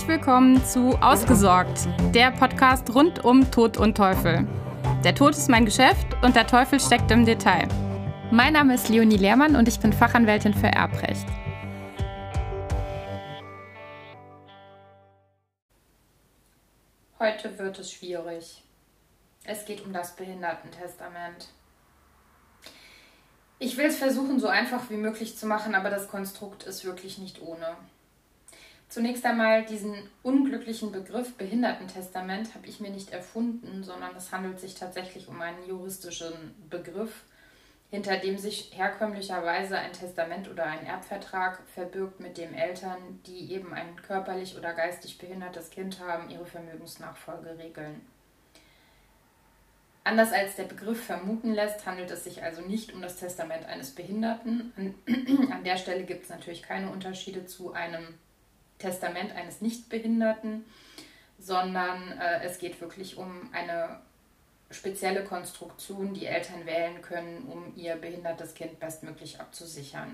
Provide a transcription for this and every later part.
Herzlich willkommen zu Ausgesorgt, der Podcast rund um Tod und Teufel. Der Tod ist mein Geschäft und der Teufel steckt im Detail. Mein Name ist Leonie Lehrmann und ich bin Fachanwältin für Erbrecht. Heute wird es schwierig. Es geht um das Behindertentestament. Ich will es versuchen, so einfach wie möglich zu machen, aber das Konstrukt ist wirklich nicht ohne. Zunächst einmal diesen unglücklichen Begriff Behindertentestament habe ich mir nicht erfunden, sondern es handelt sich tatsächlich um einen juristischen Begriff, hinter dem sich herkömmlicherweise ein Testament oder ein Erbvertrag verbirgt, mit dem Eltern, die eben ein körperlich oder geistig behindertes Kind haben, ihre Vermögensnachfolge regeln. Anders als der Begriff vermuten lässt, handelt es sich also nicht um das Testament eines Behinderten. An der Stelle gibt es natürlich keine Unterschiede zu einem Testament eines Nichtbehinderten, sondern es geht wirklich um eine spezielle Konstruktion, die Eltern wählen können, um ihr behindertes Kind bestmöglich abzusichern.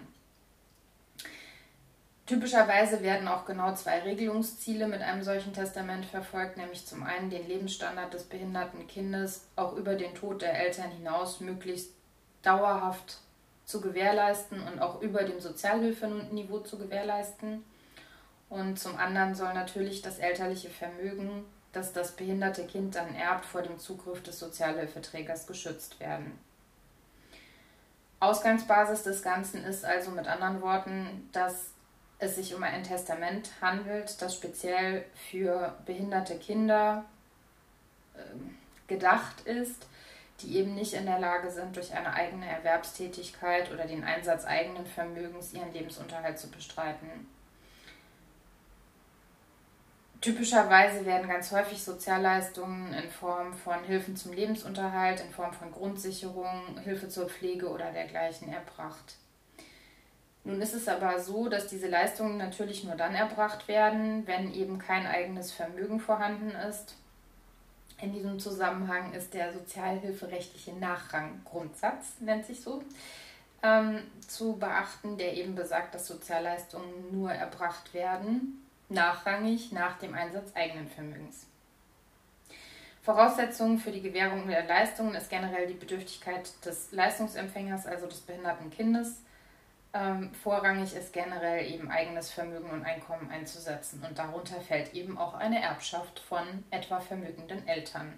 Typischerweise werden auch genau zwei Regelungsziele mit einem solchen Testament verfolgt, nämlich zum einen den Lebensstandard des behinderten Kindes auch über den Tod der Eltern hinaus möglichst dauerhaft zu gewährleisten und auch über dem Sozialhilfeniveau zu gewährleisten. Und zum anderen soll natürlich das elterliche Vermögen, das das behinderte Kind dann erbt, vor dem Zugriff des Sozialhilfeträgers geschützt werden. Ausgangsbasis des Ganzen ist also mit anderen Worten, dass es sich um ein Testament handelt, das speziell für behinderte Kinder gedacht ist, die eben nicht in der Lage sind, durch eine eigene Erwerbstätigkeit oder den Einsatz eigenen Vermögens ihren Lebensunterhalt zu bestreiten. Typischerweise werden ganz häufig Sozialleistungen in Form von Hilfen zum Lebensunterhalt, in Form von Grundsicherung, Hilfe zur Pflege oder dergleichen erbracht. Nun ist es aber so, dass diese Leistungen natürlich nur dann erbracht werden, wenn eben kein eigenes Vermögen vorhanden ist. In diesem Zusammenhang ist der sozialhilferechtliche Nachranggrundsatz, nennt sich so, zu beachten, der eben besagt, dass Sozialleistungen nur erbracht werden, nachrangig nach dem Einsatz eigenen Vermögens. Voraussetzung für die Gewährung der Leistungen ist generell die Bedürftigkeit des Leistungsempfängers, also des behinderten Kindes. Vorrangig ist generell eben eigenes Vermögen und Einkommen einzusetzen und darunter fällt eben auch eine Erbschaft von etwa vermögenden Eltern.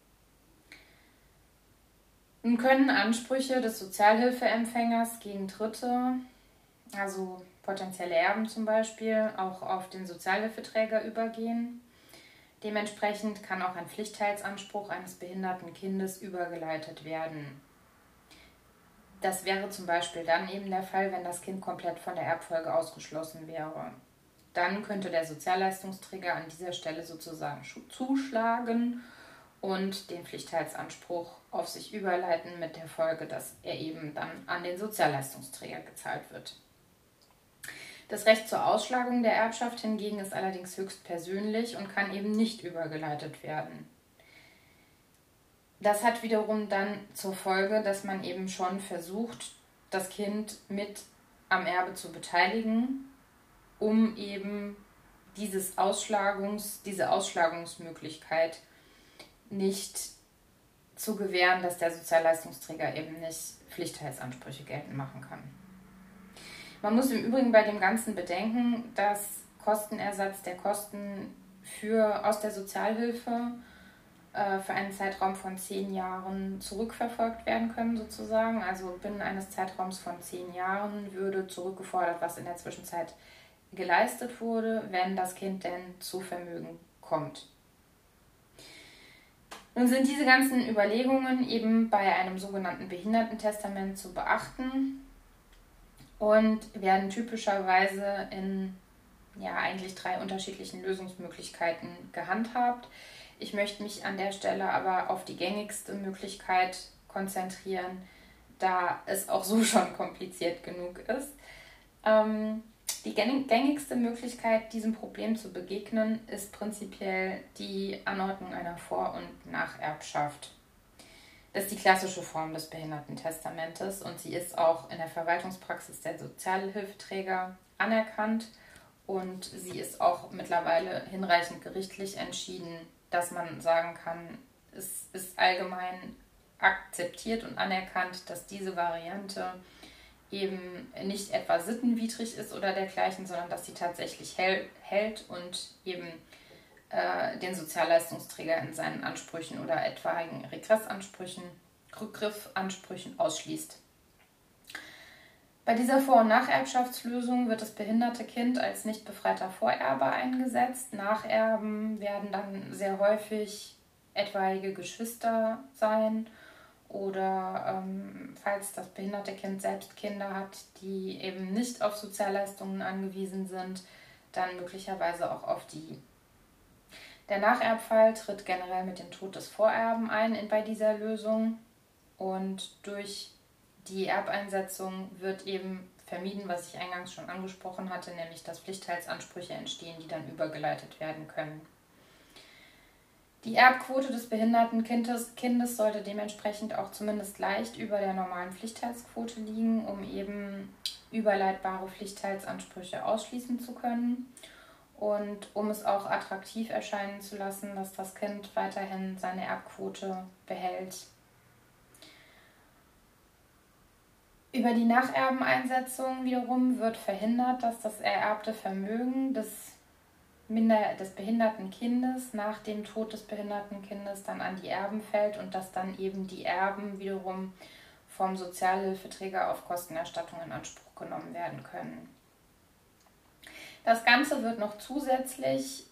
Nun können Ansprüche des Sozialhilfeempfängers gegen Dritte, also potenzielle Erben zum Beispiel, auch auf den Sozialhilfeträger übergehen. Dementsprechend kann auch ein Pflichtteilsanspruch eines behinderten Kindes übergeleitet werden. Das wäre zum Beispiel dann eben der Fall, wenn das Kind komplett von der Erbfolge ausgeschlossen wäre. Dann könnte der Sozialleistungsträger an dieser Stelle sozusagen zuschlagen und den Pflichtteilsanspruch auf sich überleiten, mit der Folge, dass er eben dann an den Sozialleistungsträger gezahlt wird. Das Recht zur Ausschlagung der Erbschaft hingegen ist allerdings höchst persönlich und kann eben nicht übergeleitet werden. Das hat wiederum dann zur Folge, dass man eben schon versucht, das Kind mit am Erbe zu beteiligen, um eben diese Ausschlagungsmöglichkeit nicht zu gewähren, dass der Sozialleistungsträger eben nicht Pflichtteilsansprüche geltend machen kann. Man muss im Übrigen bei dem Ganzen bedenken, dass Kostenersatz der Kosten aus der Sozialhilfe für einen Zeitraum von 10 Jahren zurückverfolgt werden können sozusagen. Also binnen eines Zeitraums von 10 Jahren würde zurückgefordert, was in der Zwischenzeit geleistet wurde, wenn das Kind denn zu Vermögen kommt. Nun sind diese ganzen Überlegungen eben bei einem sogenannten Behindertentestament zu beachten und werden typischerweise in eigentlich 3 unterschiedlichen Lösungsmöglichkeiten gehandhabt. Ich möchte mich an der Stelle aber auf die gängigste Möglichkeit konzentrieren, da es auch so schon kompliziert genug ist. Die gängigste Möglichkeit, diesem Problem zu begegnen, ist prinzipiell die Anordnung einer Vor- und Nacherbschaft. Das ist die klassische Form des Behindertentestamentes und sie ist auch in der Verwaltungspraxis der Sozialhilfeträger anerkannt Und sie ist auch mittlerweile hinreichend gerichtlich entschieden, dass man sagen kann, es ist allgemein akzeptiert und anerkannt, dass diese Variante eben nicht etwa sittenwidrig ist oder dergleichen, sondern dass sie tatsächlich hält und eben den Sozialleistungsträger in seinen Ansprüchen oder etwaigen Rückgriffansprüchen ausschließt. Bei dieser Vor- und Nacherbschaftslösung wird das behinderte Kind als nicht befreiter Vorerbe eingesetzt. Nacherben werden dann sehr häufig etwaige Geschwister sein oder falls das behinderte Kind selbst Kinder hat, die eben nicht auf Sozialleistungen angewiesen sind, dann möglicherweise auch auf die. Der Nacherbfall tritt generell mit dem Tod des Vorerben ein bei dieser Lösung und durch die Erbeinsetzung wird eben vermieden, was ich eingangs schon angesprochen hatte, nämlich dass Pflichtteilsansprüche entstehen, die dann übergeleitet werden können. Die Erbquote des behinderten Kindes sollte dementsprechend auch zumindest leicht über der normalen Pflichtteilsquote liegen, um eben überleitbare Pflichtteilsansprüche ausschließen zu können und um es auch attraktiv erscheinen zu lassen, dass das Kind weiterhin seine Erbquote behält. Über die Nacherbeneinsetzung wiederum wird verhindert, dass das ererbte Vermögen des behinderten Kindes nach dem Tod des behinderten Kindes dann an die Erben fällt und dass dann eben die Erben wiederum vom Sozialhilfeträger auf Kostenerstattung in Anspruch genommen werden können. Das Ganze wird noch zusätzlich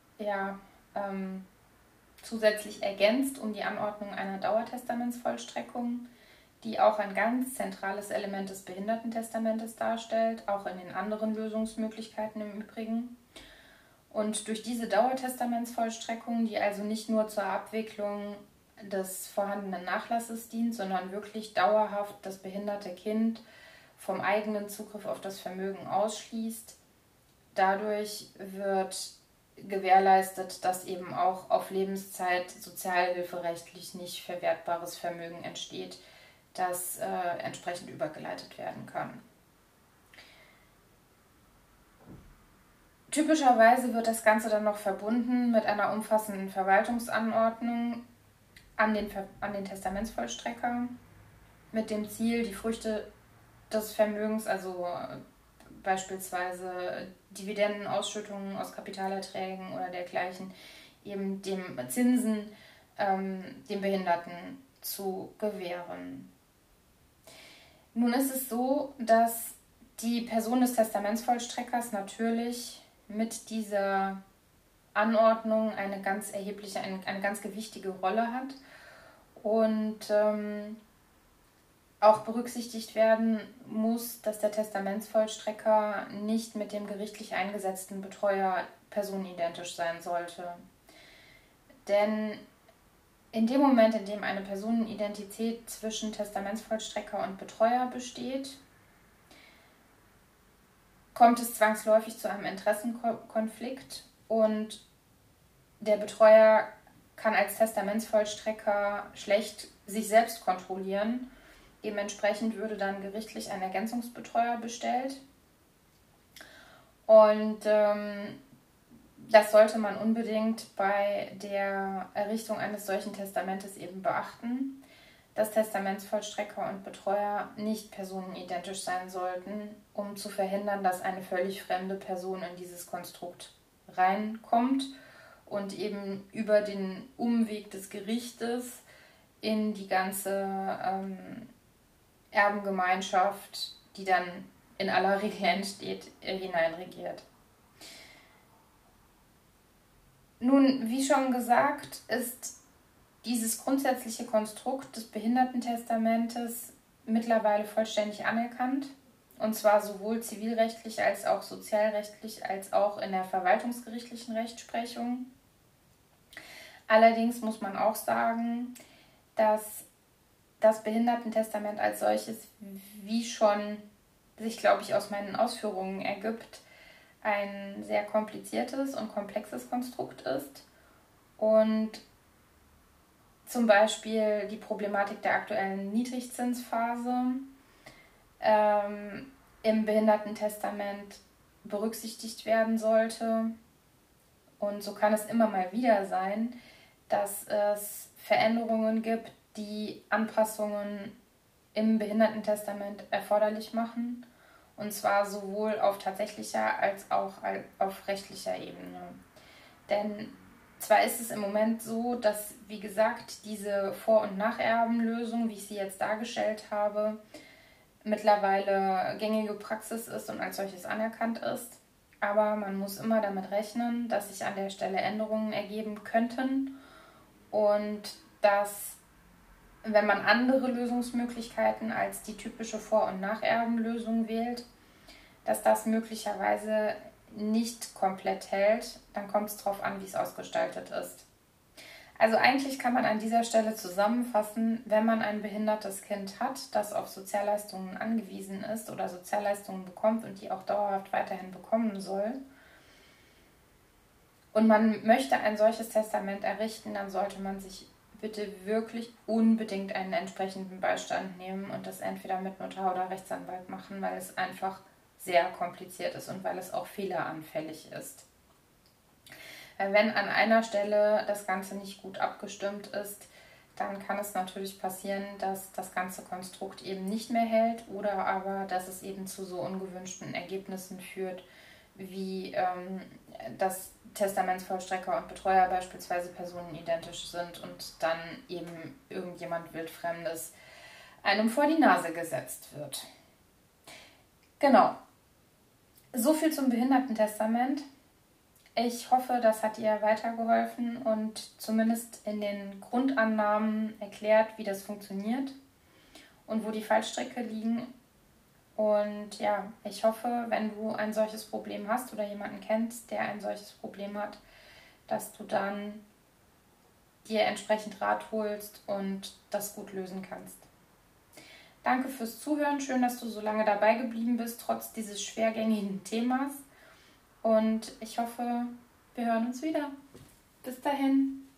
ergänzt um die Anordnung einer Dauertestamentsvollstreckung, die auch ein ganz zentrales Element des Behindertentestamentes darstellt, auch in den anderen Lösungsmöglichkeiten im Übrigen. Und durch diese Dauertestamentsvollstreckung, die also nicht nur zur Abwicklung des vorhandenen Nachlasses dient, sondern wirklich dauerhaft das behinderte Kind vom eigenen Zugriff auf das Vermögen ausschließt, dadurch wird gewährleistet, dass eben auch auf Lebenszeit sozialhilferechtlich nicht verwertbares Vermögen entsteht, das entsprechend übergeleitet werden kann. Typischerweise wird das Ganze dann noch verbunden mit einer umfassenden Verwaltungsanordnung an den Testamentsvollstrecker mit dem Ziel, die Früchte des Vermögens, also beispielsweise Dividendenausschüttungen aus Kapitalerträgen oder dergleichen, eben dem Zinsen dem Behinderten zu gewähren. Nun ist es so, dass die Person des Testamentsvollstreckers natürlich mit dieser Anordnung eine ganz erhebliche, eine ganz gewichtige Rolle hat und auch berücksichtigt werden muss, dass der Testamentsvollstrecker nicht mit dem gerichtlich eingesetzten Betreuer personenidentisch sein sollte. Denn in dem Moment, in dem eine Personenidentität zwischen Testamentsvollstrecker und Betreuer besteht, kommt es zwangsläufig zu einem Interessenkonflikt und der Betreuer kann als Testamentsvollstrecker schlecht sich selbst kontrollieren. Dementsprechend würde dann gerichtlich ein Ergänzungsbetreuer bestellt. Und das sollte man unbedingt bei der Errichtung eines solchen Testamentes eben beachten, dass Testamentsvollstrecker und Betreuer nicht personenidentisch sein sollten, um zu verhindern, dass eine völlig fremde Person in dieses Konstrukt reinkommt und eben über den Umweg des Gerichtes in die ganze Erbengemeinschaft, die dann in aller Regel entsteht, hineinregiert. Nun, wie schon gesagt, ist dieses grundsätzliche Konstrukt des Behindertentestamentes mittlerweile vollständig anerkannt, und zwar sowohl zivilrechtlich als auch sozialrechtlich als auch in der verwaltungsgerichtlichen Rechtsprechung. Allerdings muss man auch sagen, dass das Behindertentestament als solches, wie schon sich, glaube ich, aus meinen Ausführungen ergibt, ein sehr kompliziertes und komplexes Konstrukt ist und zum Beispiel die Problematik der aktuellen Niedrigzinsphase im Behindertentestament berücksichtigt werden sollte. Und so kann es immer mal wieder sein, dass es Veränderungen gibt, die Anpassungen im Behindertentestament erforderlich machen. Und zwar sowohl auf tatsächlicher als auch auf rechtlicher Ebene. Denn zwar ist es im Moment so, dass, wie gesagt, diese Vor- und Nacherbenlösung, wie ich sie jetzt dargestellt habe, mittlerweile gängige Praxis ist und als solches anerkannt ist. Aber man muss immer damit rechnen, dass sich an der Stelle Änderungen ergeben könnten und dass, wenn man andere Lösungsmöglichkeiten als die typische Vor- und Nacherbenlösung wählt, dass das möglicherweise nicht komplett hält. Dann kommt es darauf an, wie es ausgestaltet ist. Also eigentlich kann man an dieser Stelle zusammenfassen, wenn man ein behindertes Kind hat, das auf Sozialleistungen angewiesen ist oder Sozialleistungen bekommt und die auch dauerhaft weiterhin bekommen soll, und man möchte ein solches Testament errichten, dann sollte man sich bitte wirklich unbedingt einen entsprechenden Beistand nehmen und das entweder mit Notar oder Rechtsanwalt machen, weil es einfach sehr kompliziert ist und weil es auch fehleranfällig ist. Wenn an einer Stelle das Ganze nicht gut abgestimmt ist, dann kann es natürlich passieren, dass das ganze Konstrukt eben nicht mehr hält oder aber, dass es eben zu so ungewünschten Ergebnissen führt, wie dass Testamentsvollstrecker und Betreuer beispielsweise personenidentisch sind und dann eben irgendjemand Wildfremdes einem vor die Nase gesetzt wird. Genau. So viel zum Behindertentestament. Ich hoffe, das hat dir weitergeholfen und zumindest in den Grundannahmen erklärt, wie das funktioniert und wo die Fallstricke liegen. Und ja, ich hoffe, wenn du ein solches Problem hast oder jemanden kennst, der ein solches Problem hat, dass du dann dir entsprechend Rat holst und das gut lösen kannst. Danke fürs Zuhören. Schön, dass du so lange dabei geblieben bist, trotz dieses schwergängigen Themas. Und ich hoffe, wir hören uns wieder. Bis dahin.